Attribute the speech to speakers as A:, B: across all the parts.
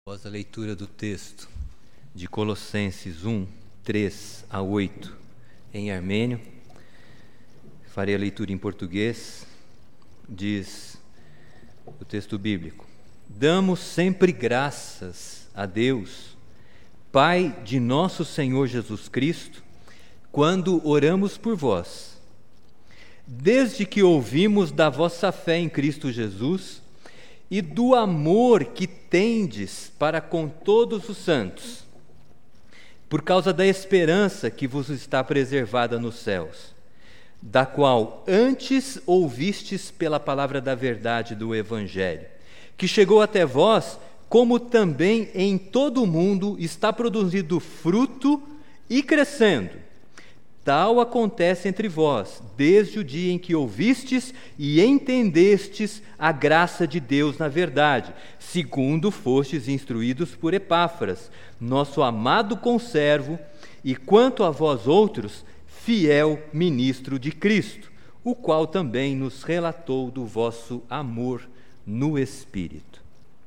A: Após a leitura do texto de Colossenses 1, 3 a 8 em armênio, farei a leitura em português. Diz o texto bíblico: Damos sempre graças a Deus, Pai de nosso Senhor Jesus Cristo, quando oramos por vós, desde que ouvimos da vossa fé em Cristo Jesus e do amor que tendes para com todos os santos, por causa da esperança que vos está preservada nos céus, da qual antes ouvistes pela palavra da verdade do Evangelho, que chegou até vós, como também em todo o mundo está produzindo fruto e crescendo. Tal acontece entre vós, desde o dia em que ouvistes e entendestes a graça de Deus na verdade, segundo fostes instruídos por Epáfras, nosso amado conservo, e quanto a vós outros, fiel ministro de Cristo, o qual também nos relatou do vosso amor no Espírito.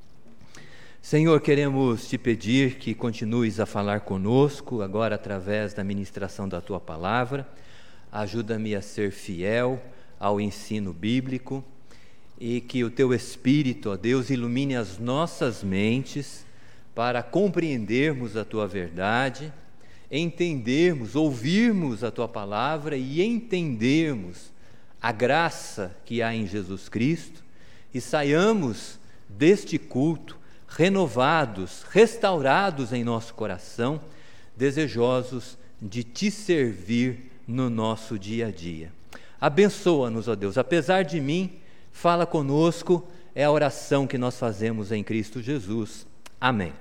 A: Senhor, queremos te pedir que continues a falar conosco, agora através da ministração da Tua Palavra. Ajuda-me a ser fiel ao ensino bíblico e que o Teu Espírito, ó Deus, ilumine as nossas mentes para compreendermos a Tua verdade, entendermos, ouvirmos a Tua Palavra e entendermos a graça que há em Jesus Cristo e saiamos deste culto renovados, restaurados em nosso coração, desejosos de Te servir no nosso dia a dia. Abençoa-nos, ó Deus, apesar de mim, fala conosco, é a oração que nós fazemos em Cristo Jesus. Amém.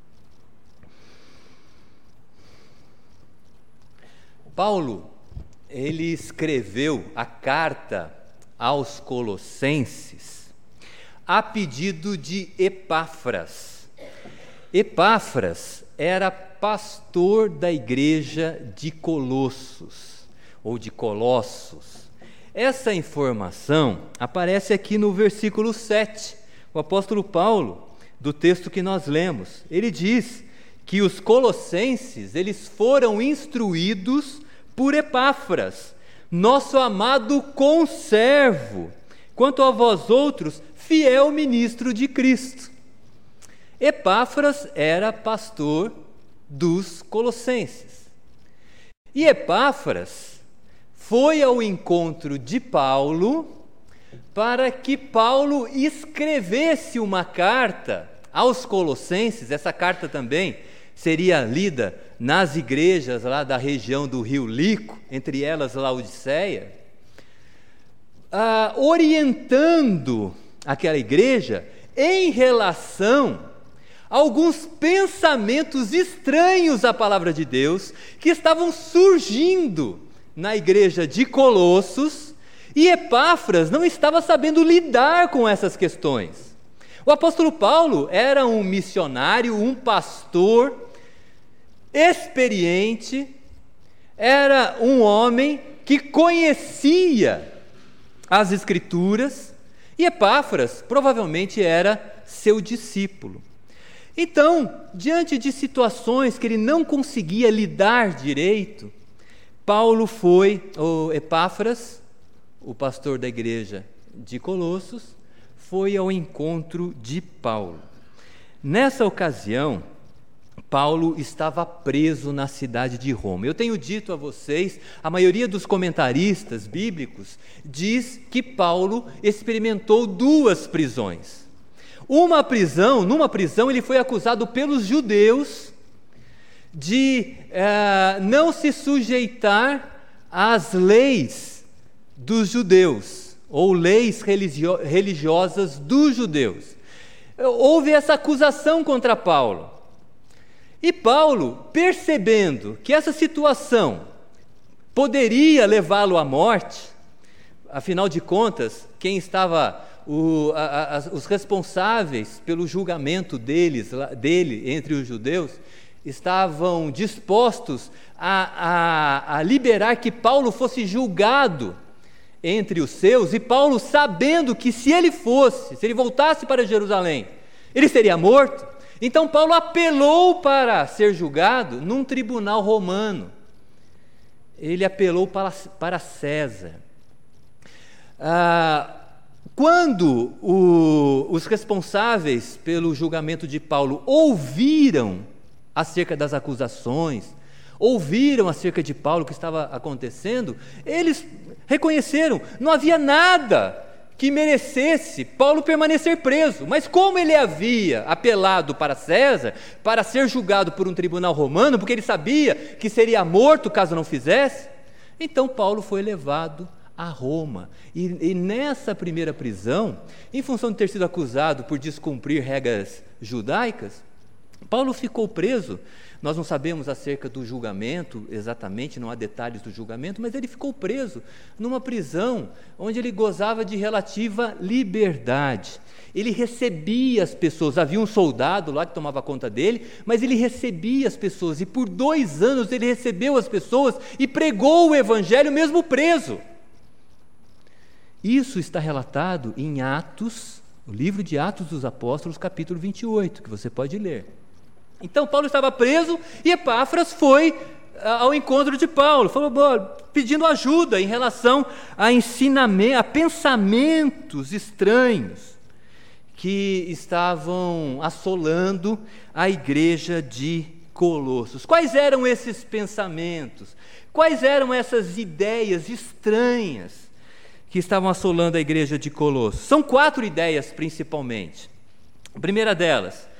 A: Paulo, ele escreveu a carta aos Colossenses a pedido de Epáfras. Epáfras era pastor da igreja de Colossos, ou de Colossos. Essa informação aparece aqui no versículo 7, o apóstolo Paulo, do texto que nós lemos. Ele diz que os colossenses, eles foram instruídos por Epáfras, nosso amado conservo, quanto a vós outros, fiel ministro de Cristo. Epáfras era pastor dos colossenses. E Epáfras foi ao encontro de Paulo para que Paulo escrevesse uma carta aos colossenses. Essa carta também seria lida nas igrejas lá da região do rio Lico, entre elas Laodiceia, orientando aquela igreja em relação a alguns pensamentos estranhos à palavra de Deus que estavam surgindo na igreja de Colossos, e Epáfras não estava sabendo lidar com essas questões. O apóstolo Paulo era um missionário, um pastor experiente, era um homem que conhecia as Escrituras, e Epáfras provavelmente era seu discípulo. Então, diante de situações que ele não conseguia lidar direito, Epáfras, o pastor da igreja de Colossos, foi ao encontro de Paulo. Nessa ocasião, Paulo estava preso na cidade de Roma. Eu tenho dito a vocês, a maioria dos comentaristas bíblicos diz que Paulo experimentou duas prisões. Numa prisão ele foi acusado pelos judeus de não se sujeitar às leis dos judeus, ou leis religiosas dos judeus. Houve essa acusação contra Paulo. E Paulo, percebendo que essa situação poderia levá-lo à morte, afinal de contas, quem estava, os responsáveis pelo julgamento dele entre os judeus, estavam dispostos a liberar que Paulo fosse julgado entre os seus, e Paulo, sabendo que se ele voltasse para Jerusalém, ele seria morto, Então Paulo apelou para ser julgado num tribunal romano. Ele apelou para César. Quando os responsáveis pelo julgamento de Paulo ouviram acerca das acusações, ouviram acerca de Paulo o que estava acontecendo, eles reconheceram, não havia nada que merecesse Paulo permanecer preso, mas como ele havia apelado para César, para ser julgado por um tribunal romano, porque ele sabia que seria morto caso não fizesse, então Paulo foi levado a Roma, e nessa primeira prisão, em função de ter sido acusado por descumprir regras judaicas, Paulo ficou preso. Nós não sabemos acerca do julgamento exatamente, não há detalhes do julgamento, mas ele ficou preso numa prisão onde ele gozava de relativa liberdade. Ele recebia as pessoas, havia um soldado lá que tomava conta dele, mas ele recebia as pessoas, e por 2 anos ele recebeu as pessoas e pregou o evangelho mesmo preso. Isso está relatado em Atos, o livro de Atos dos Apóstolos, capítulo 28, que você pode ler. Então Paulo estava preso e Epáfras foi ao encontro de Paulo, falou, pedindo ajuda em relação a ensinamento, a pensamentos estranhos que estavam assolando a igreja de Colossos. Quais eram esses pensamentos? Quais eram essas ideias estranhas que estavam assolando a igreja de Colossos? São 4 ideias principalmente. A primeira delas,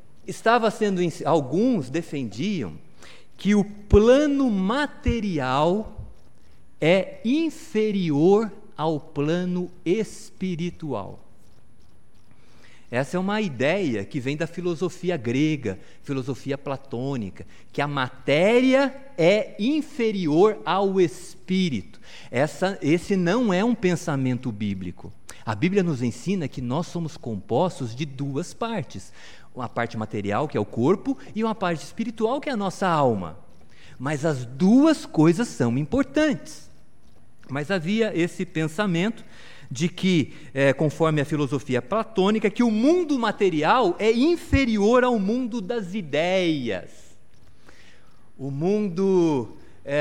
A: alguns defendiam que o plano material é inferior ao plano espiritual. Essa é uma ideia que vem da filosofia grega, filosofia platônica, que a matéria é inferior ao espírito. Esse não é um pensamento bíblico. A Bíblia nos ensina que nós somos compostos de 2 partes. Uma parte material, que é o corpo, e uma parte espiritual, que é a nossa alma. Mas as 2 coisas são importantes. Mas havia esse pensamento de que, conforme a filosofia platônica, que o mundo material é inferior ao mundo das ideias. O mundo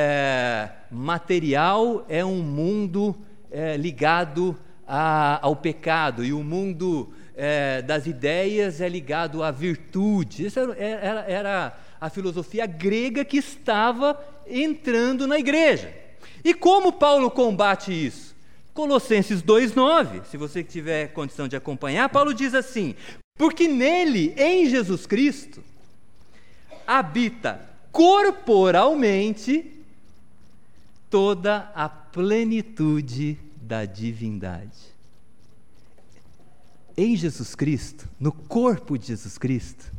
A: material é um mundo ligado ao pecado, e o mundo das ideias é ligado à virtude. Essa era a filosofia grega que estava entrando na igreja. E como Paulo combate isso? Colossenses 2,9, se você tiver condição de acompanhar, Paulo diz assim: porque nele, em Jesus Cristo, habita corporalmente toda a plenitude da divindade. Em Jesus Cristo, no corpo de Jesus Cristo,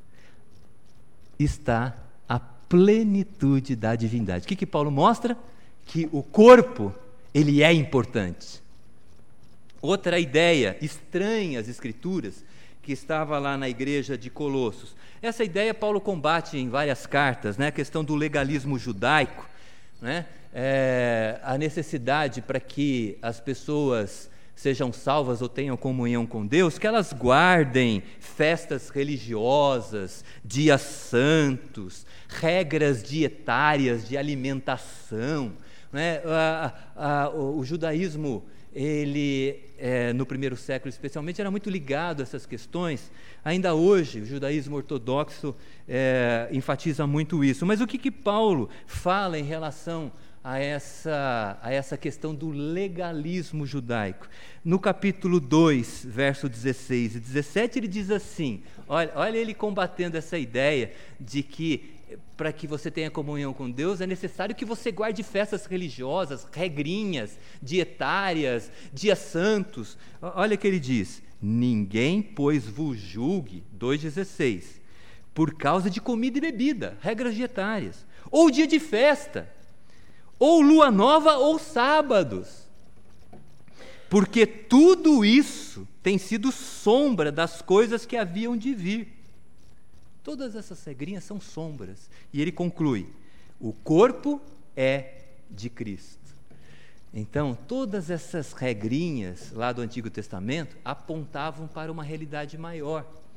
A: está a plenitude da divindade. O que Paulo mostra? Que o corpo, ele é importante. Outra ideia estranha às Escrituras, que estava lá na igreja de Colossos. Essa ideia Paulo combate em várias cartas, né? A questão do legalismo judaico, né? A necessidade para que as pessoas sejam salvas ou tenham comunhão com Deus, que elas guardem festas religiosas, dias santos, regras dietárias de alimentação, né? O judaísmo, ele, no primeiro século especialmente, era muito ligado a essas questões. Ainda hoje, o judaísmo ortodoxo enfatiza muito isso. Mas o que Paulo fala em relação a essa questão do legalismo judaico? No capítulo 2, verso 16 e 17, ele diz assim, olha ele combatendo essa ideia de que para que você tenha comunhão com Deus é necessário que você guarde festas religiosas, regrinhas, dietárias, dias santos. Olha o que ele diz: ninguém, pois, vos julgue, 2,16, por causa de comida e bebida, regras dietárias, ou dia de festa, ou lua nova, ou sábados, porque tudo isso tem sido sombra das coisas que haviam de vir. Todas essas regrinhas são sombras. E ele conclui: o corpo é de Cristo. Então, todas essas regrinhas lá do Antigo Testamento apontavam para uma realidade maior,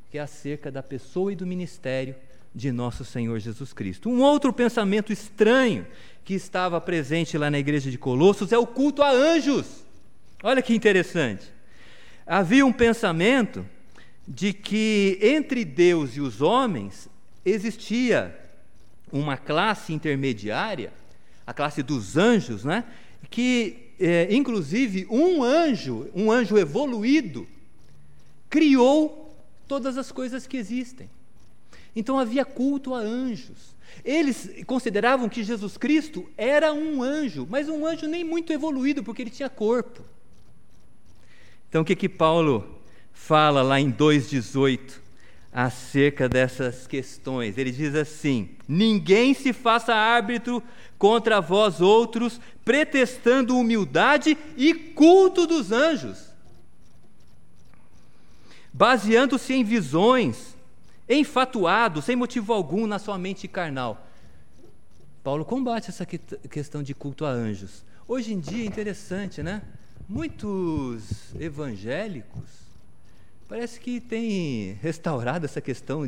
A: que é acerca da pessoa e do ministério de nosso Senhor Jesus Cristo. Um outro pensamento estranho que estava presente lá na igreja de Colossos é o culto a anjos. Olha que interessante. Havia um pensamento de que entre Deus e os homens existia uma classe intermediária, a classe dos anjos, né? Que, inclusive, um anjo evoluído, criou todas as coisas que existem. Então havia culto a anjos. Eles consideravam que Jesus Cristo era um anjo, mas um anjo nem muito evoluído, porque ele tinha corpo. Então o que Paulo fala lá em 2,18 acerca dessas questões? Ele diz assim: ninguém se faça árbitro contra vós outros, pretextando humildade e culto dos anjos, baseando-se em visões, enfatuado, sem motivo algum na sua mente carnal. Paulo combate essa questão de culto a anjos. Hoje em dia é interessante, né? Muitos evangélicos parece que têm restaurado essa questão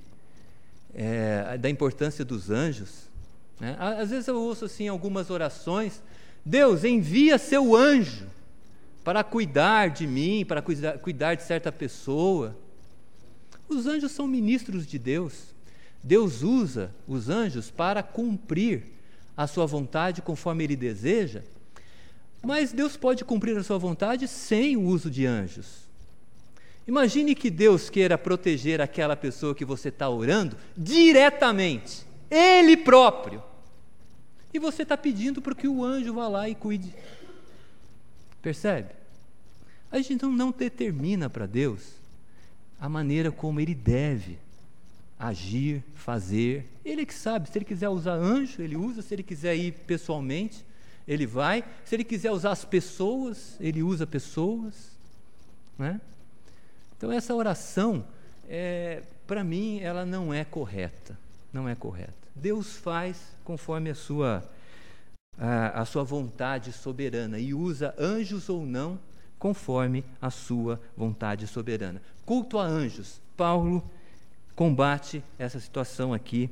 A: da importância dos anjos, né? Às vezes eu ouço assim algumas orações: Deus, envia seu anjo para cuidar de mim, para cuidar de certa pessoa. Os anjos são ministros de Deus. Deus usa os anjos para cumprir a sua vontade conforme Ele deseja, mas Deus pode cumprir a sua vontade sem o uso de anjos. Imagine que Deus queira proteger aquela pessoa que você está orando diretamente, Ele próprio, e você está pedindo para que o anjo vá lá e cuide. Percebe? A gente não determina para Deus a maneira como Ele deve agir, fazer. Ele é que sabe. Se Ele quiser usar anjo, Ele usa. Se Ele quiser ir pessoalmente, Ele vai. Se Ele quiser usar as pessoas, Ele usa pessoas, né? Então essa oração, para mim, ela não é correta. Não é correta. Deus faz conforme a sua vontade soberana e usa anjos ou não conforme a sua vontade soberana. Culto a anjos. Paulo combate essa situação aqui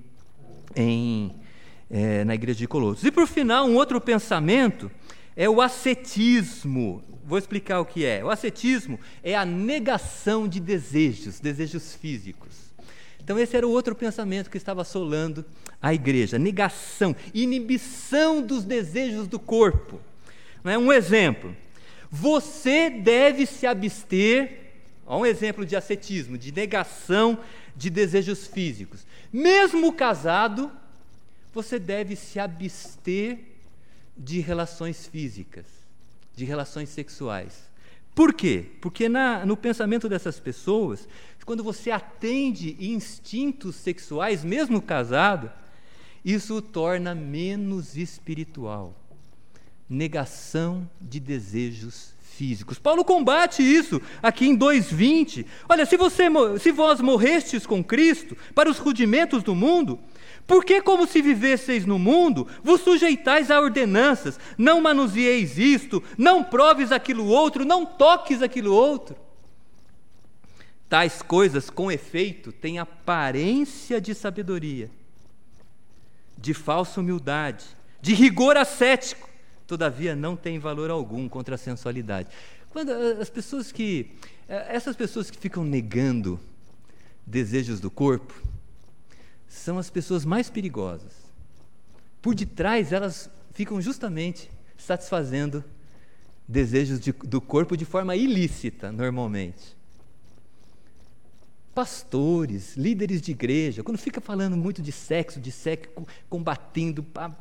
A: na igreja de Colossos. E por final, um outro pensamento é o ascetismo. Vou explicar o que é. O ascetismo é a negação de desejos físicos. Então esse era o outro pensamento que estava assolando a igreja. Negação, inibição dos desejos do corpo. Um exemplo: você deve se abster. Olha um exemplo de ascetismo, de negação de desejos físicos. Mesmo casado, você deve se abster de relações físicas, de relações sexuais. Por quê? Porque no pensamento dessas pessoas, quando você atende instintos sexuais, mesmo casado, isso o torna menos espiritual. Negação de desejos físicos. Paulo combate isso aqui em 2,20. Olha, se vós morrestes com Cristo para os rudimentos do mundo, por que, como se vivesseis no mundo, vos sujeitais a ordenanças? Não manuseeis isto, não proves aquilo outro, não toques aquilo outro. Tais coisas, com efeito, têm aparência de sabedoria, de falsa humildade, de rigor ascético, todavia não tem valor algum contra a sensualidade. Quando essas pessoas que ficam negando desejos do corpo, são as pessoas mais perigosas. Por detrás, elas ficam justamente satisfazendo desejos do corpo de forma ilícita, normalmente. Pastores, líderes de igreja, quando fica falando muito de sexo, combatendo,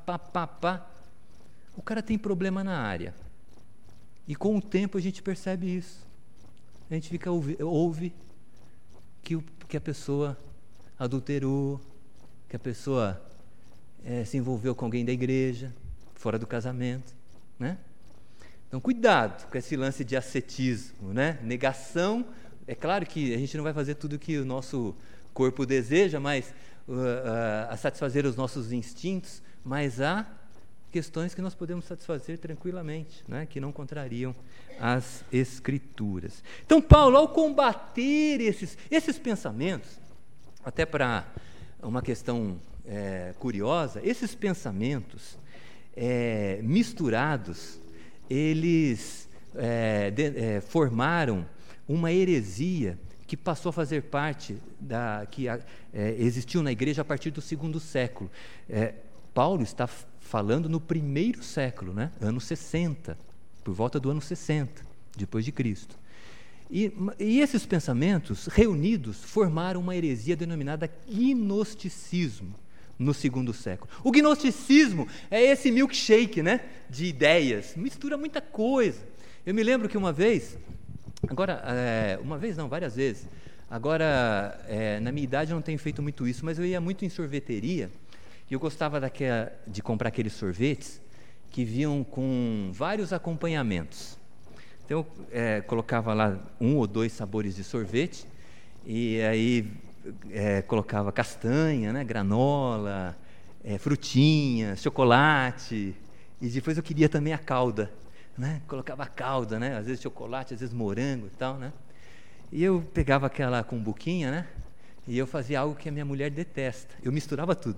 A: o cara tem problema na área. E com o tempo a gente percebe isso. A gente ouve que a pessoa adulterou, que a pessoa se envolveu com alguém da igreja, fora do casamento, né? Então, cuidado com esse lance de ascetismo, né? Negação. É claro que a gente não vai fazer tudo o que o nosso corpo deseja, mas a satisfazer os nossos instintos, mas questões que nós podemos satisfazer tranquilamente, né? Que não contrariam as Escrituras. Então, Paulo, ao combater esses pensamentos, até para uma questão curiosa, esses pensamentos misturados, eles formaram uma heresia que passou a fazer parte que existiu na igreja a partir do 2º século. Paulo está falando no 1º século, né? Ano 60, por volta do ano 60, depois de Cristo. E esses pensamentos reunidos formaram uma heresia denominada gnosticismo no 2º século. O gnosticismo é esse milkshake, né, de ideias, mistura muita coisa. Eu me lembro que várias vezes, agora na minha idade eu não tenho feito muito isso, mas eu ia muito em sorveteria e eu gostava de comprar aqueles sorvetes que vinham com vários acompanhamentos. Então eu colocava lá 1 ou 2 sabores de sorvete e aí colocava castanha, né, granola, frutinha, chocolate, e depois eu queria também a calda, né? Colocava a calda, né? Às vezes chocolate, às vezes morango e tal, né? E eu pegava aquela cumbuquinha, né? E eu fazia algo que a minha mulher detesta. Eu misturava tudo.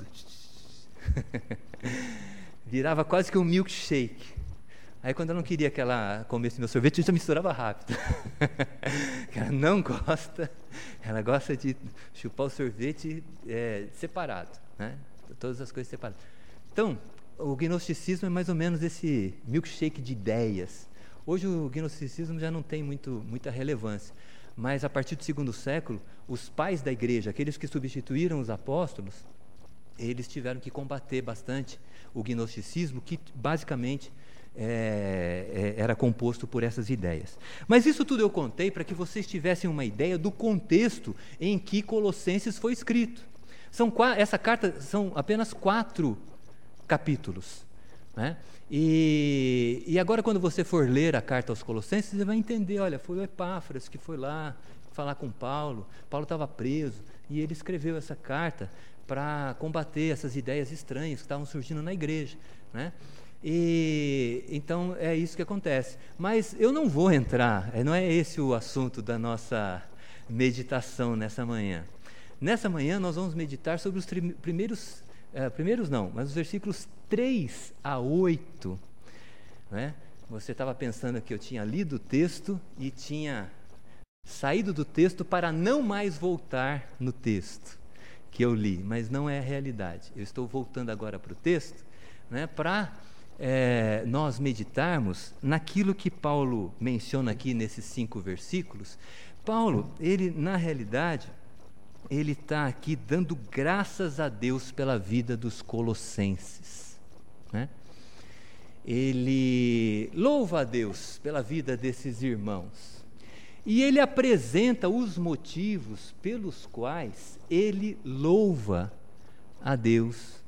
A: Virava quase que um milkshake. Aí quando eu não queria que ela comesse meu sorvete, eu já misturava rápido. Ela não gosta, ela gosta de chupar o sorvete separado, né? Todas as coisas separadas. Então, o gnosticismo é mais ou menos esse milkshake de ideias. Hoje o gnosticismo já não tem muita relevância, mas a partir do 2º século, os pais da igreja, aqueles que substituíram os apóstolos, eles tiveram que combater bastante o gnosticismo, que basicamente era composto por essas ideias. Mas isso tudo eu contei para que vocês tivessem uma ideia do contexto em que Colossenses foi escrito. Essa carta são apenas 4 capítulos, né? E agora quando você for ler a carta aos Colossenses, você vai entender, olha, foi o Epáfras que foi lá falar com Paulo estava preso, e ele escreveu essa carta para combater essas ideias estranhas que estavam surgindo na igreja, né? E então é isso que acontece. Mas eu não vou entrar, não é esse o assunto da nossa meditação nessa manhã. Nessa manhã nós vamos meditar sobre os mas os versículos 3 a 8. Né? Você estava pensando que eu tinha lido o texto e tinha saído do texto para não mais voltar no texto que eu li, mas não é a realidade. Eu estou voltando agora para o texto, né, para nós meditarmos naquilo que Paulo menciona aqui nesses 5 versículos. Paulo, ele na realidade, ele está aqui dando graças a Deus pela vida dos colossenses, né? Ele louva a Deus pela vida desses irmãos e ele apresenta os motivos pelos quais ele louva a Deus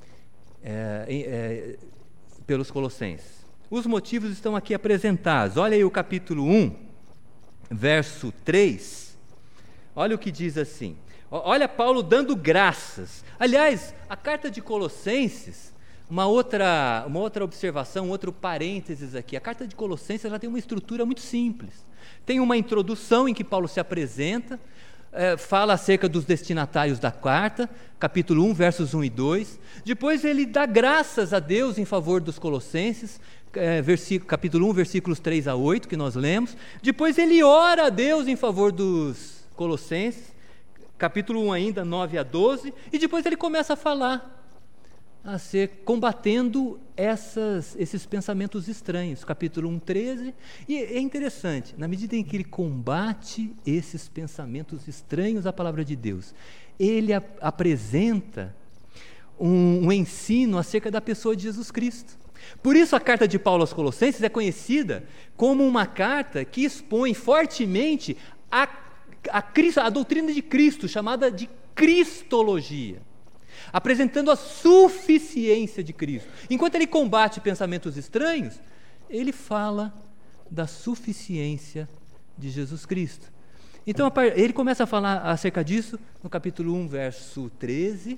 A: pelos colossenses. Os motivos estão aqui apresentados. Olha aí o capítulo 1, verso 3. Olha o que diz assim. Olha Paulo dando graças. Aliás, a carta de Colossenses, uma outra observação, um outro parênteses aqui. A carta de Colossenses ela tem uma estrutura muito simples. Tem uma introdução em que Paulo se apresenta, fala acerca dos destinatários da carta, capítulo 1, versos 1 e 2. Depois ele dá graças a Deus em favor dos colossenses, capítulo 1, versículos 3 a 8, que nós lemos. Depois ele ora a Deus em favor dos colossenses, capítulo 1 ainda, 9 a 12. E depois ele começa a falar, combatendo esses pensamentos estranhos, capítulo 1, 13, e é interessante, na medida em que ele combate esses pensamentos estranhos à palavra de Deus, ele apresenta um ensino acerca da pessoa de Jesus Cristo. Por isso a carta de Paulo aos Colossenses é conhecida como uma carta que expõe fortemente a doutrina de Cristo, chamada de cristologia, apresentando a suficiência de Cristo. Enquanto ele combate pensamentos estranhos, ele fala da suficiência de Jesus Cristo. Então ele começa a falar acerca disso no capítulo 1, verso 13,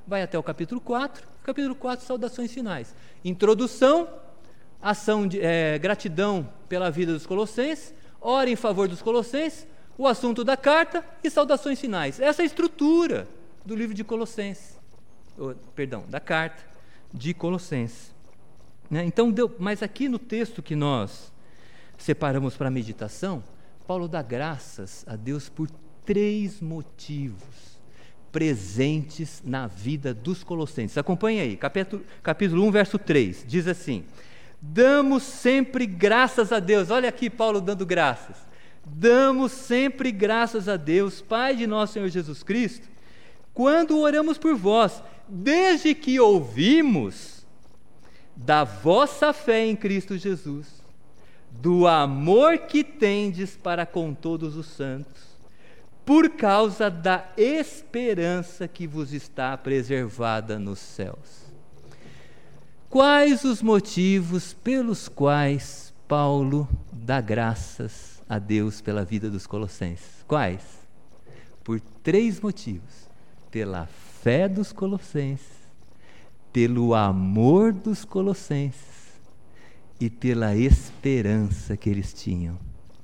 A: vai até o capítulo 4, capítulo 4, saudações finais. Introdução, ação de gratidão pela vida dos colossenses, ora em favor dos colossenses, o assunto da carta e saudações finais. Essa é a estrutura do livro de Colossenses, da carta de Colossenses. Então, mas aqui no texto que nós separamos para a meditação, Paulo dá graças a Deus por 3 motivos presentes na vida dos colossenses. Acompanhe aí, capítulo 1, verso 3, diz assim: damos sempre graças a Deus. Olha aqui Paulo dando graças. Damos sempre graças a Deus, Pai de nosso Senhor Jesus Cristo, quando oramos por vós, desde que ouvimos da vossa fé em Cristo Jesus, do amor que tendes para com todos os santos, por causa da esperança que vos está preservada nos céus. Quais os motivos pelos quais Paulo dá graças a Deus pela vida dos colossenses? Quais? Por 3 motivos: pela fé dos colossenses, pelo amor dos colossenses e pela esperança que eles tinham.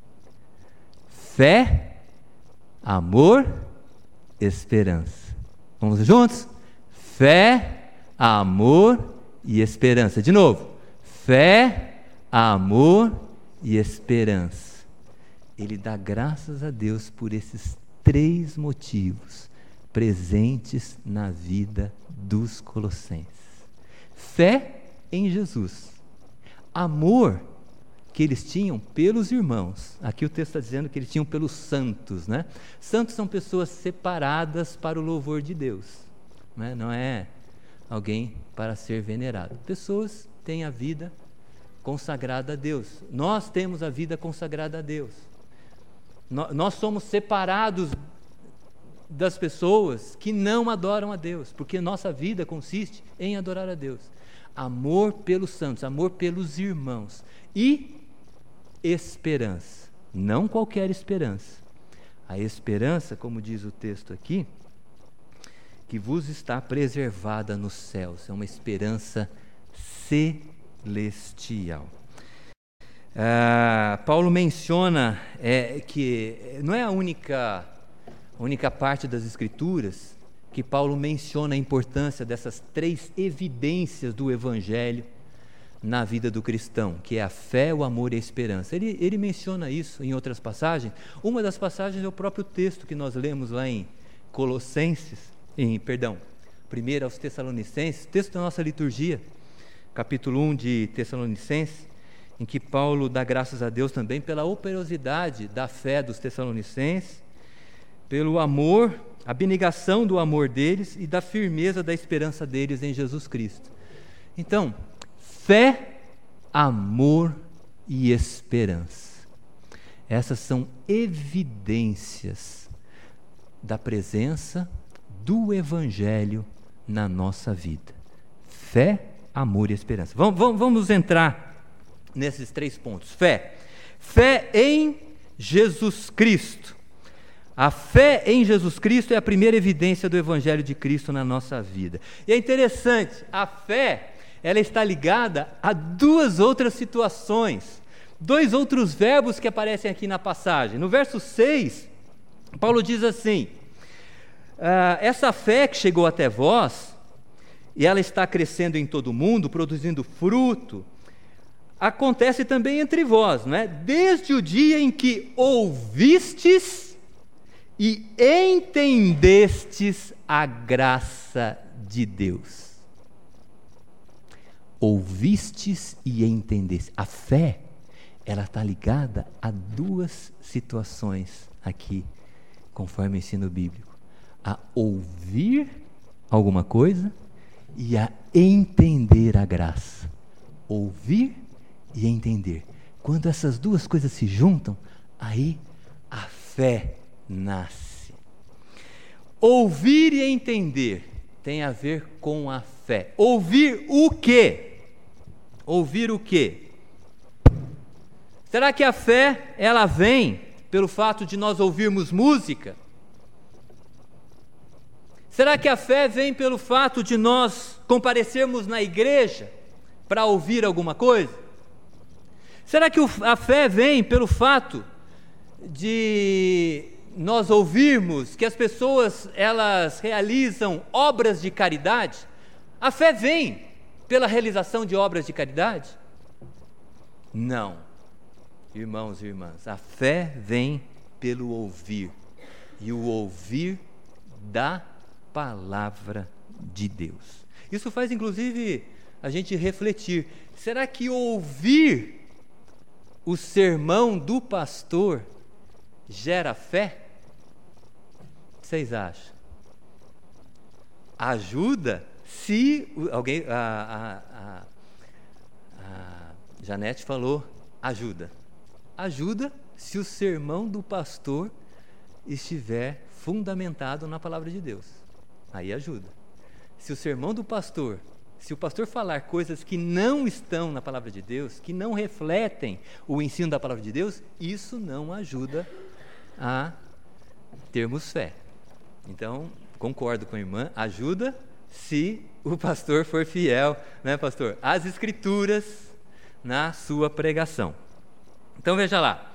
A: Fé, amor, esperança. Vamos juntos? Fé, amor e esperança. De novo. Fé, amor e esperança. Ele dá graças a Deus por esses 3 motivos presentes na vida dos colossenses. Fé em Jesus. Amor que eles tinham pelos irmãos. Aqui o texto está dizendo que eles tinham pelos santos, né? Santos são pessoas separadas para o louvor de Deus, né? Não é alguém para ser venerado. Pessoas têm a vida consagrada a Deus. Nós temos a vida consagrada a Deus. Nós somos separados das pessoas que não adoram a Deus, porque nossa vida consiste em adorar a Deus. Amor pelos santos, amor pelos irmãos e esperança, não qualquer esperança. A esperança, como diz o texto aqui, que vos está preservada nos céus, é uma esperança celestial. Paulo menciona que não é a única parte das Escrituras que Paulo menciona a importância dessas 3 evidências do Evangelho na vida do cristão, que é a fé, o amor e a esperança. Ele menciona isso em outras passagens. Uma das passagens é o próprio texto que nós lemos lá em Primeiro aos Tessalonicenses, texto da nossa liturgia, capítulo 1 de Tessalonicenses, em que Paulo dá graças a Deus também pela operosidade da fé dos Tessalonicenses, pelo amor, a abnegação do amor deles e da firmeza da esperança deles em Jesus Cristo. Então, fé, amor e esperança. Essas são evidências da presença do Evangelho na nossa vida. Fé, amor e esperança. Vamos entrar nesses 3 pontos. Fé em Jesus Cristo. A fé em Jesus Cristo é a primeira evidência do Evangelho de Cristo na nossa vida. E é interessante, a fé, ela está ligada a 2 outras situações, 2 outros verbos que aparecem aqui na passagem. No verso 6, Paulo diz assim: essa fé que chegou até vós, e ela está crescendo em todo o mundo, produzindo fruto, acontece também entre vós, não é? Desde o dia em que ouvistes e entendestes a graça de Deus. Ouvistes e entendestes. A fé, ela está ligada a 2 situações aqui, conforme o ensino bíblico: a ouvir alguma coisa e a entender a graça. Ouvir e entender. Quando essas 2 coisas se juntam, aí a fé nasce. Ouvir e entender tem a ver com a fé. Ouvir o quê? Ouvir o quê? Será que a fé, ela vem pelo fato de nós ouvirmos música? Será que a fé vem pelo fato de nós comparecermos na igreja para ouvir alguma coisa? Será que a fé vem pelo fato de nós ouvirmos que as pessoas, elas realizam obras de caridade? A fé vem pela realização de obras de caridade? Não, irmãos e irmãs, a fé vem pelo ouvir, e o ouvir da palavra de Deus. Isso faz inclusive a gente refletir: será que ouvir o sermão do pastor gera fé? O que vocês acham? Ajuda se alguém, a Janete falou, ajuda se o sermão do pastor estiver fundamentado na palavra de Deus, aí ajuda. Se o sermão do pastor, se o pastor falar coisas que não estão na palavra de Deus, que não refletem o ensino da palavra de Deus, isso não ajuda a termos fé. Então, concordo com a irmã, ajuda se o pastor for fiel, né, pastor, às Escrituras na sua pregação. Então veja lá,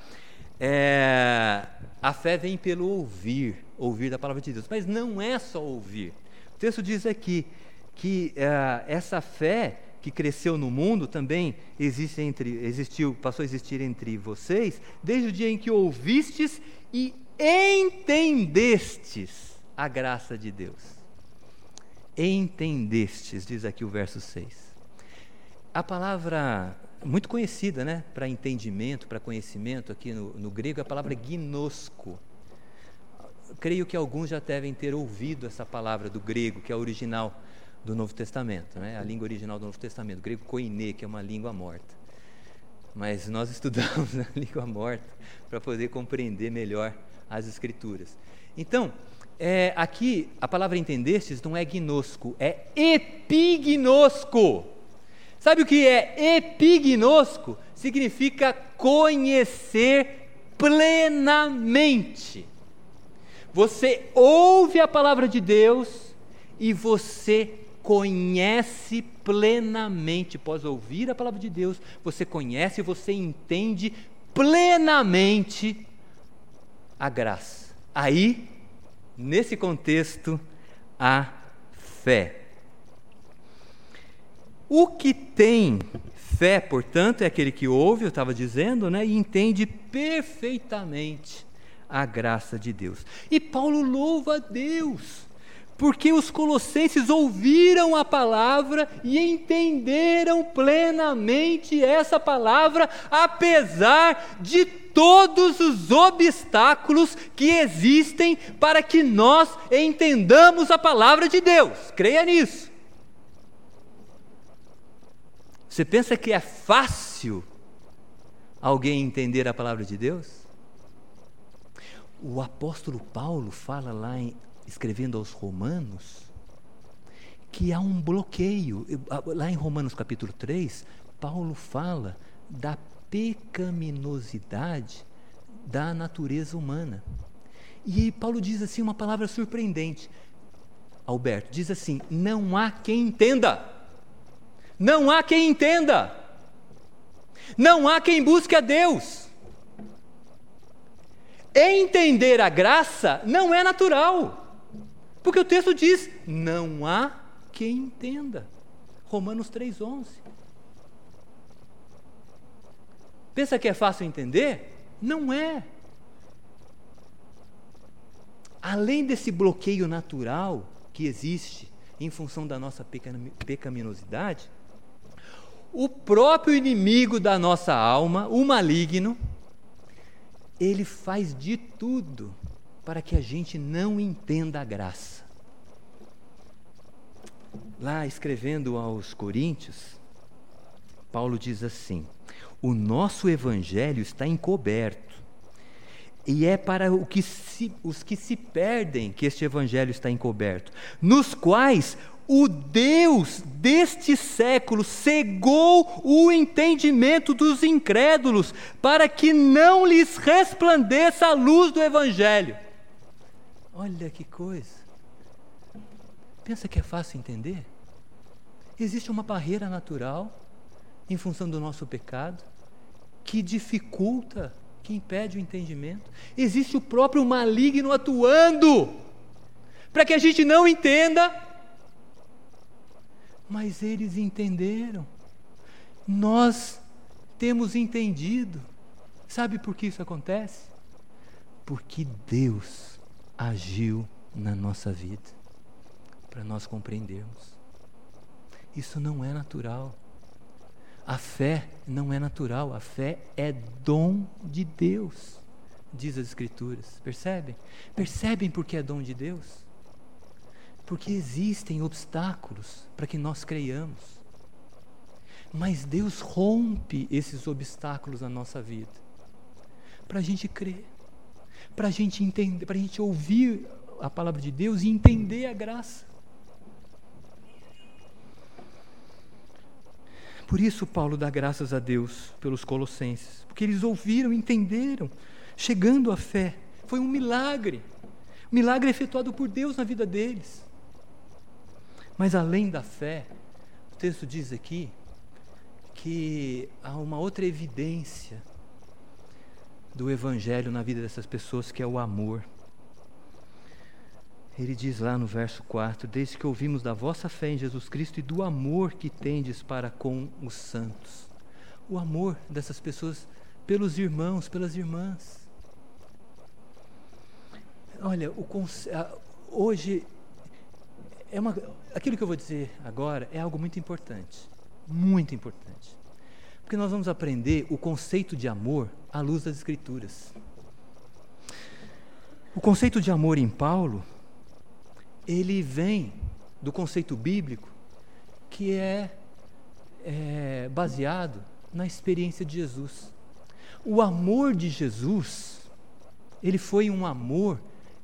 A: a fé vem pelo ouvir da palavra de Deus, mas não é só ouvir. O texto diz aqui que essa fé que cresceu no mundo também passou a existir entre vocês, desde o dia em que ouvistes e entendestes a graça de Deus. Entendestes, diz aqui o verso 6. A palavra muito conhecida, né, para entendimento, para conhecimento aqui no grego, é a palavra gnosko. Creio que alguns já devem ter ouvido essa palavra do grego, que é a original do Novo Testamento, né? A língua original do Novo Testamento, o grego koiné, que é uma língua morta. Mas nós estudamos a língua morta para poder compreender melhor as Escrituras. Então, aqui a palavra entendestes não é gnosko, é epignosko. Sabe o que é epignosko? Significa conhecer plenamente. Você ouve a palavra de Deus e você conhece plenamente. Após ouvir a palavra de Deus, você conhece e você entende plenamente a graça. Aí, nesse contexto, a fé. O que tem fé, portanto, é aquele que ouve, eu estava dizendo, né, e entende perfeitamente a graça de Deus. E Paulo louva a Deus, porque os colossenses ouviram a palavra e entenderam plenamente essa palavra, apesar de todos os obstáculos que existem para que nós entendamos a palavra de Deus. Creia nisso. Você pensa que é fácil alguém entender a palavra de Deus? O apóstolo Paulo fala lá, escrevendo aos Romanos, que há um bloqueio. Lá em Romanos capítulo 3, Paulo fala da pecaminosidade da natureza humana. E Paulo diz assim uma palavra surpreendente. Alberto, diz assim: não há quem entenda. Não há quem entenda. Não há quem busque a Deus. Entender a graça não é natural, porque o texto diz: não há quem entenda. Romanos 3,11. Pensa que é fácil entender? Não é. Além desse bloqueio natural que existe em função da nossa pecaminosidade, o próprio inimigo da nossa alma, o maligno, ele faz de tudo para que a gente não entenda a graça. Lá escrevendo aos Coríntios, Paulo diz assim: o nosso evangelho está encoberto, e é para os que se perdem que este evangelho está encoberto, nos quais o Deus deste século cegou o entendimento dos incrédulos, para que não lhes resplandeça a luz do evangelho. Olha que coisa! Pensa que é fácil entender? Existe uma barreira natural, em função do nosso pecado, que dificulta, que impede o entendimento. Existe o próprio maligno atuando, para que a gente não entenda. Mas eles entenderam. Nós temos entendido. Sabe por que isso acontece? Porque Deus agiu na nossa vida, para nós compreendermos. Isso não é natural. A fé não é natural, a fé é dom de Deus, diz as Escrituras. Percebem? Percebem por que é dom de Deus? Porque existem obstáculos para que nós creiamos. Mas Deus rompe esses obstáculos na nossa vida, para a gente crer, para a gente entender, para a gente ouvir a palavra de Deus e entender a graça. Por isso Paulo dá graças a Deus pelos colossenses, porque eles ouviram, entenderam, chegando à fé. Foi um milagre efetuado por Deus na vida deles. Mas além da fé, o texto diz aqui que há uma outra evidência do Evangelho na vida dessas pessoas, que é o amor. Ele diz lá no verso 4, desde que ouvimos da vossa fé em Jesus Cristo e do amor que tendes para com os santos. O amor dessas pessoas pelos irmãos, pelas irmãs. Olha, hoje, aquilo que eu vou dizer agora é algo muito importante, porque nós vamos aprender o conceito de amor à luz das Escrituras. O conceito de amor em Paulo, ele vem do conceito bíblico que é baseado na experiência de Jesus. O amor de Jesus, ele foi um amor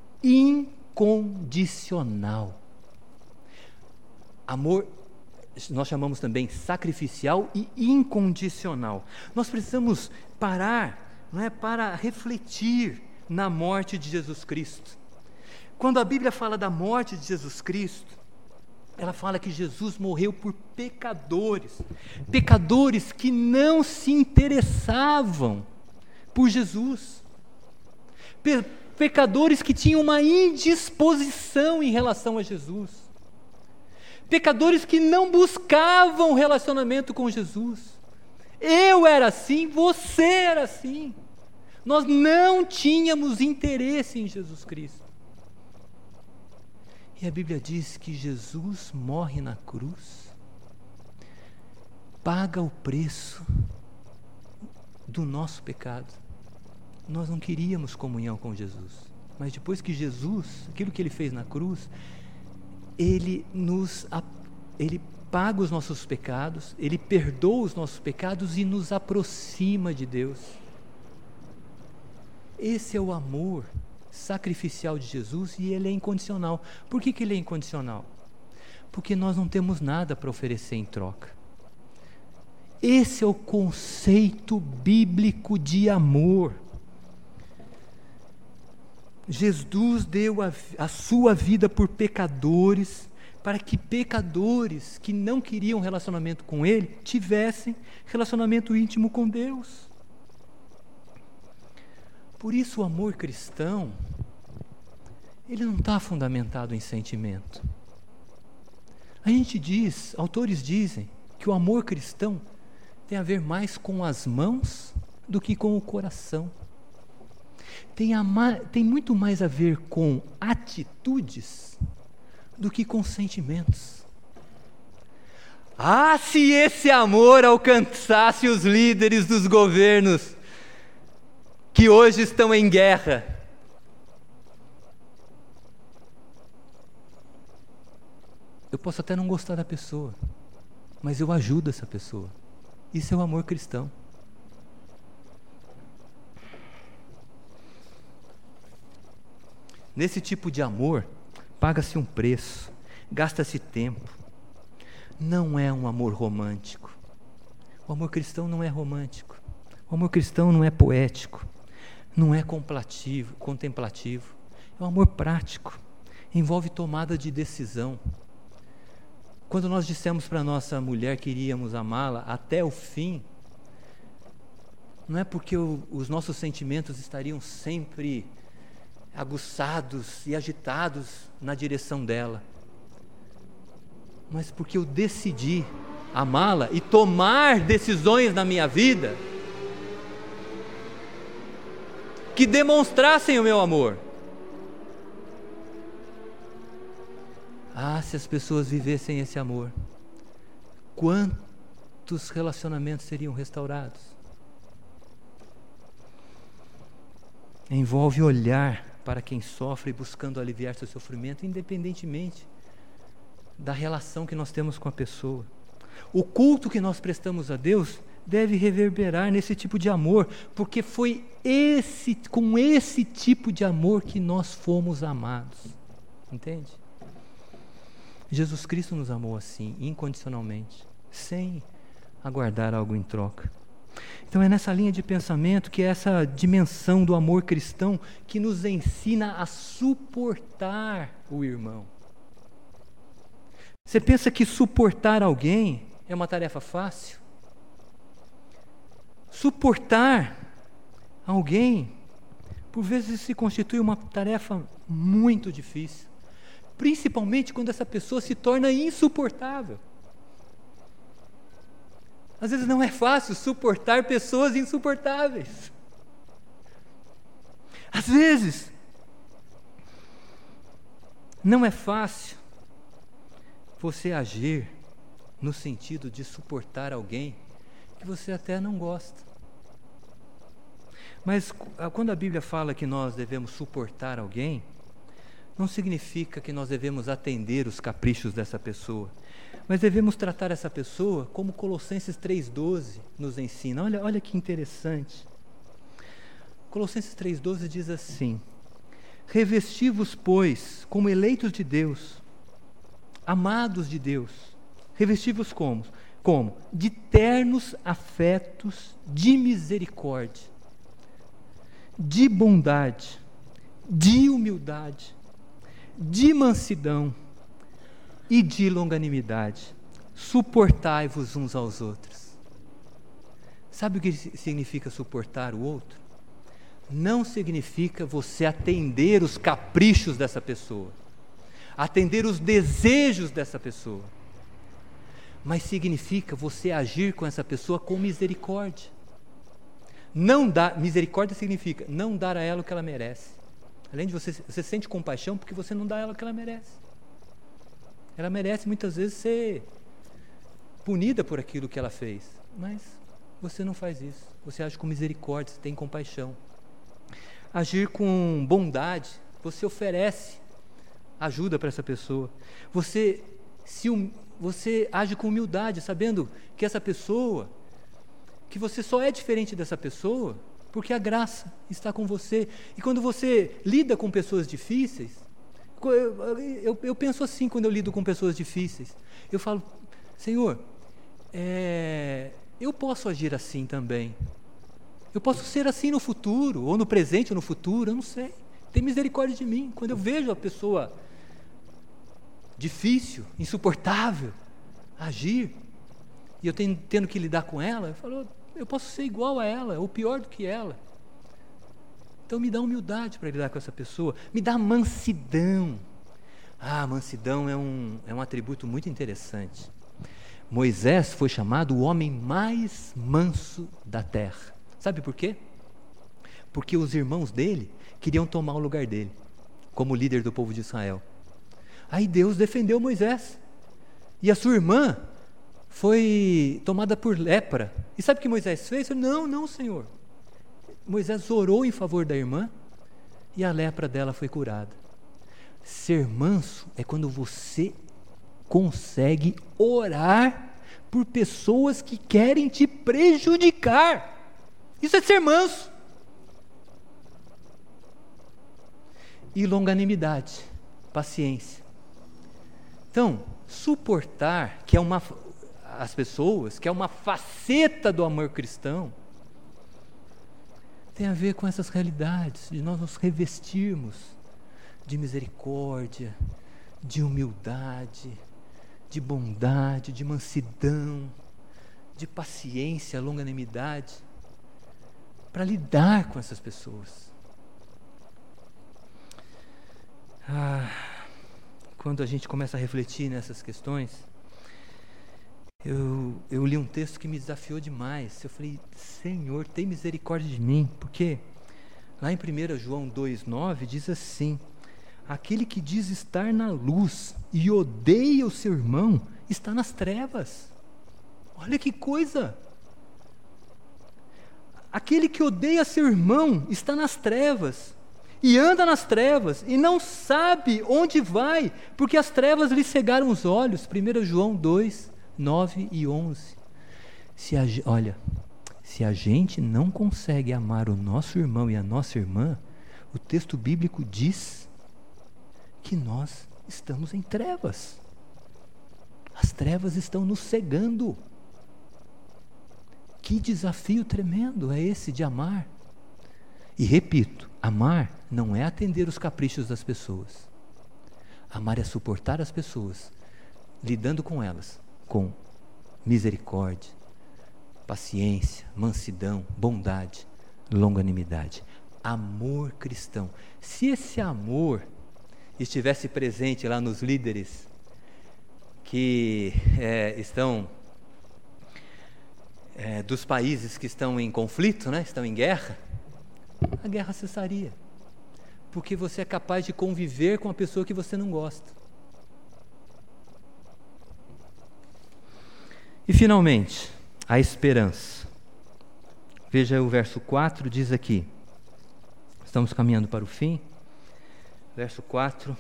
A: incondicional. Amor, nós chamamos também sacrificial e incondicional. Nós precisamos parar, não é, para refletir na morte de Jesus Cristo. Quando a Bíblia fala da morte de Jesus Cristo, ela fala que Jesus morreu por pecadores que não se interessavam por Jesus, pecadores que tinham uma indisposição em relação a Jesus, pecadores que não buscavam relacionamento com Jesus. Eu era assim, você era assim. Nós não tínhamos interesse em Jesus Cristo. E a Bíblia diz que Jesus morre na cruz, paga o preço do nosso pecado. Nós não queríamos comunhão com Jesus, mas depois que Jesus, aquilo que Ele fez na cruz, Ele paga os nossos pecados, Ele perdoa os nossos pecados e nos aproxima de Deus. Esse é o amor sacrificial de Jesus, e ele é incondicional. Por que ele é incondicional? Porque nós não temos nada para oferecer em troca. Esse é o conceito bíblico de amor. Jesus deu a sua vida por pecadores, para que pecadores que não queriam relacionamento com Ele, tivessem relacionamento íntimo com Deus. Por isso o amor cristão, ele não está fundamentado em sentimento. A gente diz, autores dizem, que o amor cristão tem a ver mais com as mãos do que com o coração. Tem muito mais a ver com atitudes do que com sentimentos. Ah, se esse amor alcançasse os líderes dos governos que hoje estão em guerra. Eu posso até não gostar da pessoa, mas eu ajudo essa pessoa. Isso é o amor cristão. Nesse tipo de amor, paga-se um preço, gasta-se tempo. Não é um amor romântico. O amor cristão não é romântico. O amor cristão não é poético. Não é contemplativo, é um amor prático, envolve tomada de decisão. Quando nós dissemos para nossa mulher que iríamos amá-la até o fim, não é porque os nossos sentimentos estariam sempre aguçados e agitados na direção dela, mas porque eu decidi amá-la e tomar decisões na minha vida que demonstrassem o meu amor. Se as pessoas vivessem esse amor, quantos relacionamentos seriam restaurados? Envolve olhar para quem sofre buscando aliviar seu sofrimento, independentemente da relação que nós temos com a pessoa. O culto que nós prestamos a Deus deve reverberar nesse tipo de amor, porque foi com esse tipo de amor que nós fomos amados. Entende? Jesus Cristo nos amou assim, incondicionalmente, sem aguardar algo em troca. Então é nessa linha de pensamento que é essa dimensão do amor cristão que nos ensina a suportar o irmão. Você pensa que suportar alguém é uma tarefa fácil? Suportar alguém, por vezes, se constitui uma tarefa muito difícil, principalmente quando essa pessoa se torna insuportável. Às vezes não é fácil suportar pessoas insuportáveis. Às vezes não é fácil você agir no sentido de suportar alguém que você até não gosta. Mas quando a Bíblia fala que nós devemos suportar alguém, não significa que nós devemos atender os caprichos dessa pessoa, mas devemos tratar essa pessoa como Colossenses 3,12 nos ensina. Olha que interessante. Colossenses 3,12 diz assim: revesti-vos, pois, como eleitos de Deus, amados de Deus, revesti-vos como? De ternos afetos de misericórdia, de bondade, de humildade, de mansidão e de longanimidade. Suportai-vos uns aos outros. Sabe o que significa suportar o outro? Não significa você atender os caprichos dessa pessoa, atender os desejos dessa pessoa, mas significa você agir com essa pessoa com misericórdia. Misericórdia significa não dar a ela o que ela merece. Além de você sente compaixão porque você não dá a ela o que ela merece. Ela merece muitas vezes ser punida por aquilo que ela fez, mas você não faz isso. Você age com misericórdia, você tem compaixão. Agir com bondade, você oferece ajuda para essa pessoa. Você age com humildade, sabendo que essa pessoa, que você só é diferente dessa pessoa porque a graça está com você. E quando você lida com pessoas difíceis, eu penso assim quando eu lido com pessoas difíceis, eu falo: Senhor, eu posso agir assim também, eu posso ser assim no futuro, ou no presente ou no futuro, eu não sei, tem misericórdia de mim. Quando eu vejo a pessoa difícil, insuportável, agir, e eu tendo que lidar com ela, eu falo: eu posso ser igual a ela, ou pior do que ela. Então me dá humildade para lidar com essa pessoa, me dá mansidão. Mansidão é um atributo muito interessante. Moisés foi chamado o homem mais manso da terra. Sabe por quê? Porque os irmãos dele queriam tomar o lugar dele, como líder do povo de Israel. Aí Deus defendeu Moisés, e a sua irmã foi tomada por lepra. E sabe o que Moisés fez? Não, Senhor. Moisés orou em favor da irmã e a lepra dela foi curada. Ser manso é quando você consegue orar por pessoas que querem te prejudicar. Isso é ser manso. E longanimidade, paciência. Então, suportar, que é as pessoas, que é uma faceta do amor cristão, tem a ver com essas realidades, de nós nos revestirmos de misericórdia, de humildade, de bondade, de mansidão, de paciência, longanimidade, para lidar com essas pessoas. Quando a gente começa a refletir nessas questões, eu li um texto que me desafiou demais. Eu falei, Senhor, tem misericórdia de mim, porque lá em 1 João 2,9 diz assim: aquele que diz estar na luz e odeia o seu irmão está nas trevas. Olha que coisa! Aquele que odeia seu irmão está nas trevas e anda nas trevas e não sabe onde vai, porque as trevas lhe cegaram os olhos. 1 João 2, 9 e 11. Se a gente não consegue amar o nosso irmão e a nossa irmã, o texto bíblico diz que nós estamos em trevas. As trevas estão nos cegando. Que desafio tremendo é esse de amar. E repito, amar não é atender os caprichos das pessoas. Amar é suportar as pessoas, lidando com elas com misericórdia, paciência, mansidão, bondade, longanimidade. Amor cristão. Se esse amor estivesse presente lá nos líderes que estão dos países que estão em conflito, né, estão em guerra, a guerra cessaria, porque você é capaz de conviver com a pessoa que você não gosta. E finalmente, a esperança. Veja o verso 4, diz aqui, estamos caminhando para o fim. Verso 4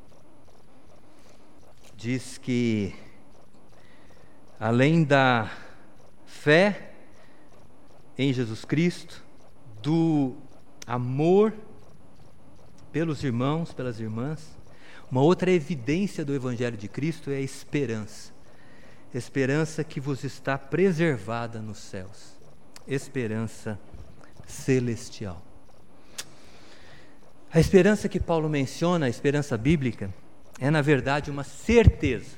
A: diz que, além da fé em Jesus Cristo, do amor pelos irmãos, pelas irmãs, uma outra evidência do Evangelho de Cristo é a esperança. Esperança que vos está preservada nos céus. Esperança celestial. A esperança que Paulo menciona, a esperança bíblica, é na verdade uma certeza.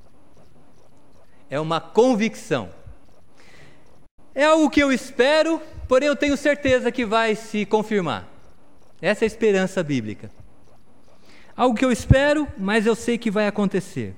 A: É uma convicção. É algo que eu espero, porém eu tenho certeza que vai se confirmar. Essa é a esperança bíblica. Algo que eu espero, mas eu sei que vai acontecer.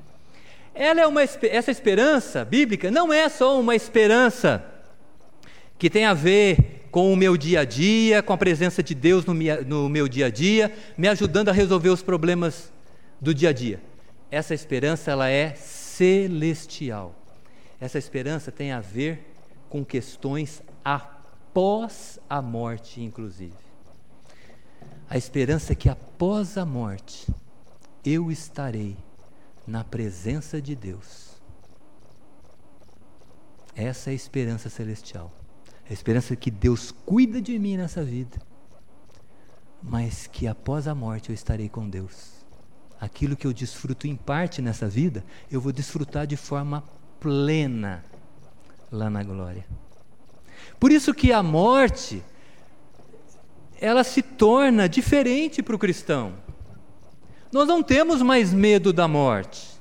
A: Essa esperança bíblica não é só uma esperança que tem a ver com o meu dia a dia, com a presença de Deus no meu dia a dia, me ajudando a resolver os problemas do dia a dia. Essa esperança, ela é celestial. Essa esperança tem a ver com questões após a morte, inclusive. A esperança que após a morte eu estarei na presença de Deus. Essa é a esperança celestial. A esperança que Deus cuida de mim nessa vida, mas que após a morte eu estarei com Deus. Aquilo que eu desfruto em parte nessa vida, eu vou desfrutar de forma plena lá na glória. Por isso que a morte, ela se torna diferente para o cristão. Nós não temos mais medo da morte.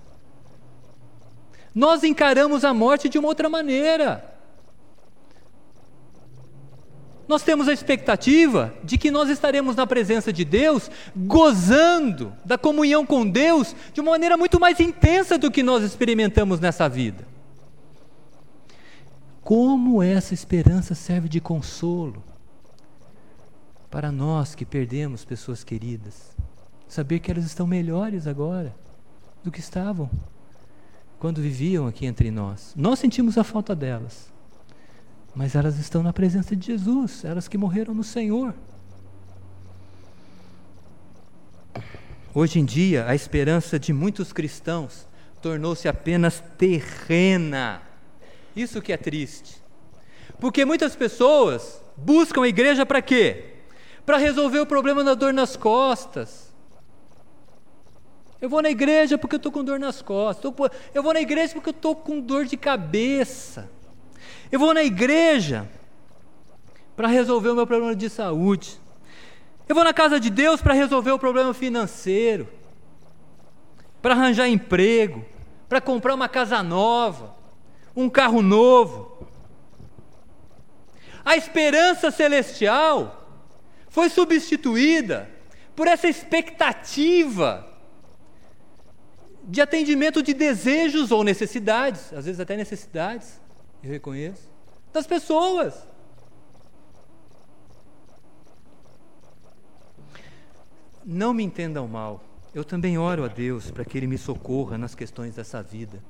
A: Nós encaramos a morte de uma outra maneira. Nós temos a expectativa de que nós estaremos na presença de Deus, gozando da comunhão com Deus de uma maneira muito mais intensa do que nós experimentamos nessa vida. Como essa esperança serve de consolo para nós que perdemos pessoas queridas. Saber que elas estão melhores agora do que estavam quando viviam aqui entre nós. Nós sentimos a falta delas, mas elas estão na presença de Jesus, elas que morreram no Senhor. Hoje em dia, a esperança de muitos cristãos tornou-se apenas terrena. Isso que é triste. Porque muitas pessoas buscam a igreja para quê? Para resolver o problema da dor nas costas. Eu vou na igreja porque eu estou com dor nas costas. Eu vou na igreja porque eu estou com dor de cabeça. Eu vou na igreja para resolver o meu problema de saúde. Eu vou na casa de Deus para resolver o problema financeiro, para arranjar emprego, para comprar uma casa nova, um carro novo. A esperança celestial foi substituída por essa expectativa de atendimento de desejos ou necessidades, às vezes até necessidades, eu reconheço, das pessoas. Não me entendam mal, eu também oro a Deus para que Ele me socorra nas questões dessa vida.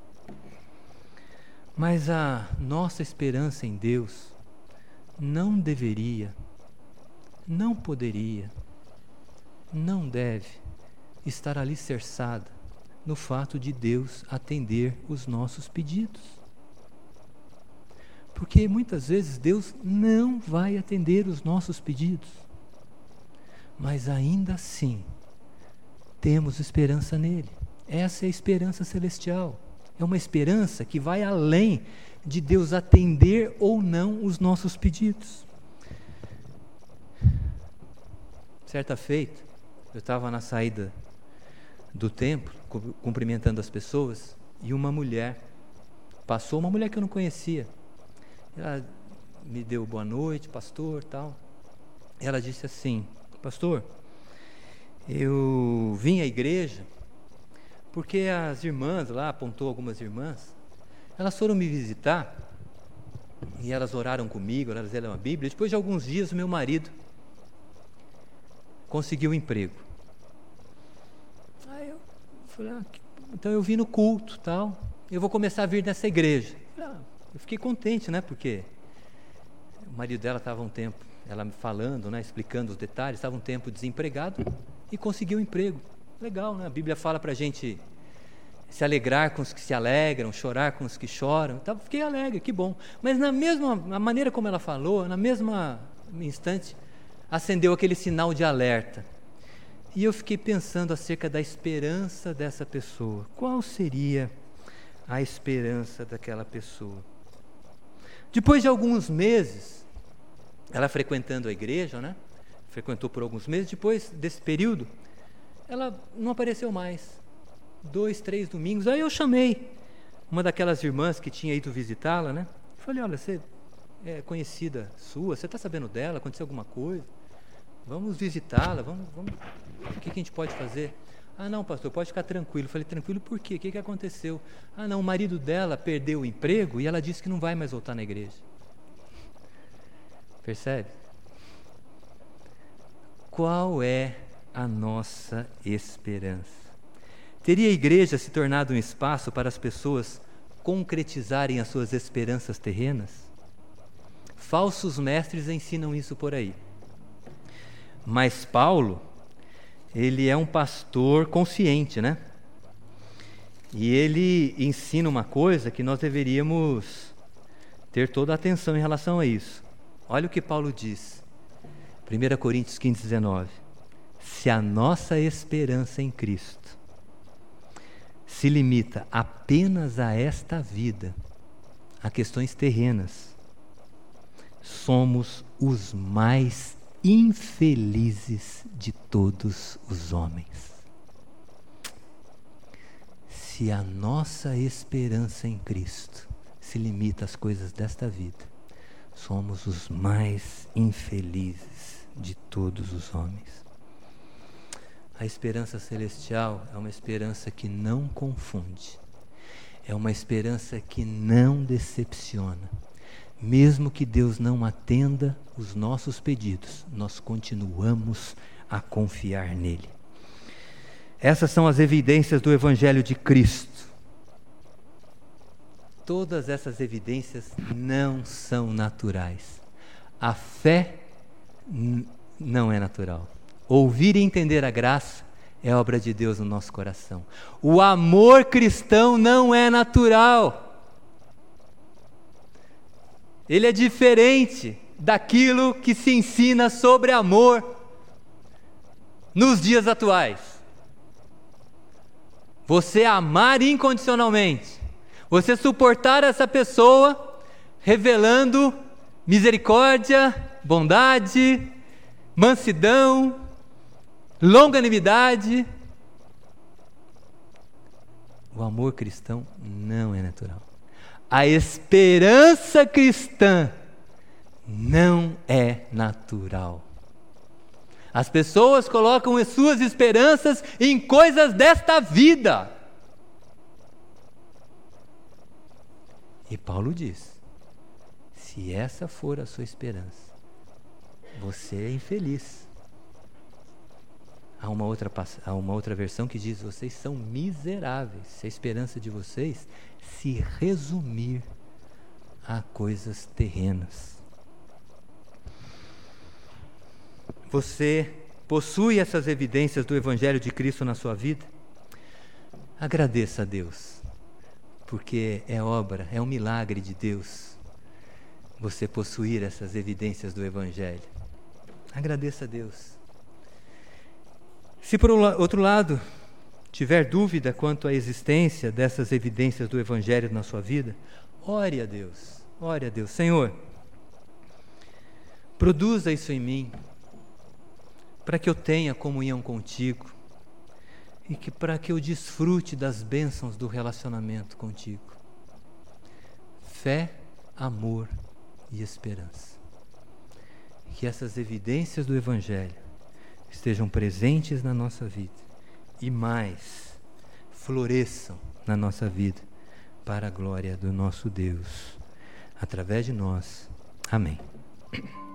A: Mas a nossa esperança em Deus não deveria, não poderia, não deve estar alicerçada no fato de Deus atender os nossos pedidos. Porque muitas vezes Deus não vai atender os nossos pedidos, mas ainda assim temos esperança nele. Essa é a esperança celestial. É uma esperança que vai além de Deus atender ou não os nossos pedidos. Certa feita, eu estava na saída do templo, cumprimentando as pessoas, e uma mulher passou, uma mulher que eu não conhecia. Ela me deu boa noite, pastor, tal. Ela disse assim: pastor, eu vim à igreja porque as irmãs lá, apontou algumas irmãs, elas foram me visitar e elas oraram comigo, elas leram a Bíblia. Depois de alguns dias, o meu marido conseguiu um emprego. Aí eu falei, então eu vim no culto, tal, eu vou começar a vir nessa igreja. Eu fiquei contente, né, porque o marido dela estava um tempo, ela me falando, né, explicando os detalhes, estava um tempo desempregado e conseguiu um emprego. Legal, né? A Bíblia fala para a gente se alegrar com os que se alegram, chorar com os que choram. Então, fiquei alegre, que bom. Mas na maneira como ela falou, na mesma instante, acendeu aquele sinal de alerta. E eu fiquei pensando acerca da esperança dessa pessoa. Qual seria a esperança daquela pessoa? Depois de alguns meses, ela frequentando a igreja, né? Frequentou por alguns meses. Depois desse período, ela não apareceu mais. 2, 3 domingos. Aí eu chamei uma daquelas irmãs que tinha ido visitá-la, né? Falei, olha, você é conhecida sua, você está sabendo dela? Aconteceu alguma coisa? Vamos visitá-la, vamos. O que a gente pode fazer? Ah, não, pastor, pode ficar tranquilo. Falei, tranquilo por quê? O que aconteceu? Ah, não, o marido dela perdeu o emprego e ela disse que não vai mais voltar na igreja. Percebe? Qual é a nossa esperança? Teria a igreja se tornado um espaço para as pessoas concretizarem as suas esperanças terrenas? Falsos mestres ensinam isso por aí. Mas Paulo, ele é um pastor consciente, né? E ele ensina uma coisa que nós deveríamos ter toda a atenção em relação a isso. Olha o que Paulo diz, 1 Coríntios 15, 19. Se a nossa esperança em Cristo se limita apenas a esta vida, a questões terrenas, somos os mais infelizes de todos os homens. Se a nossa esperança em Cristo se limita às coisas desta vida, somos os mais infelizes de todos os homens. A esperança celestial é uma esperança que não confunde, é uma esperança que não decepciona. Mesmo que Deus não atenda os nossos pedidos, nós continuamos a confiar nele. Essas são as evidências do Evangelho de Cristo. Todas essas evidências não são naturais. A fé não é natural. Ouvir e entender a graça é obra de Deus no nosso coração. O amor cristão não é natural. Ele é diferente daquilo que se ensina sobre amor nos dias atuais. Você amar incondicionalmente, você suportar essa pessoa revelando misericórdia, bondade, mansidão, longanimidade. O amor cristão não é natural. A esperança cristã não é natural. As pessoas colocam as suas esperanças em coisas desta vida. E Paulo diz: se essa for a sua esperança, você é infeliz. Há uma outra versão que diz: vocês são miseráveis, se a esperança de vocês se resumir a coisas terrenas. Você possui essas evidências do Evangelho de Cristo na sua vida? Agradeça a Deus, porque é um milagre de Deus você possuir essas evidências do Evangelho. Agradeça a Deus. Se por outro lado tiver dúvida quanto à existência dessas evidências do Evangelho na sua vida, ore a Deus, Senhor, produza isso em mim, para que eu tenha comunhão contigo e para que eu desfrute das bênçãos do relacionamento contigo. Fé, amor e esperança. Que essas evidências do Evangelho estejam presentes na nossa vida e mais, floresçam na nossa vida para a glória do nosso Deus, através de nós. Amém.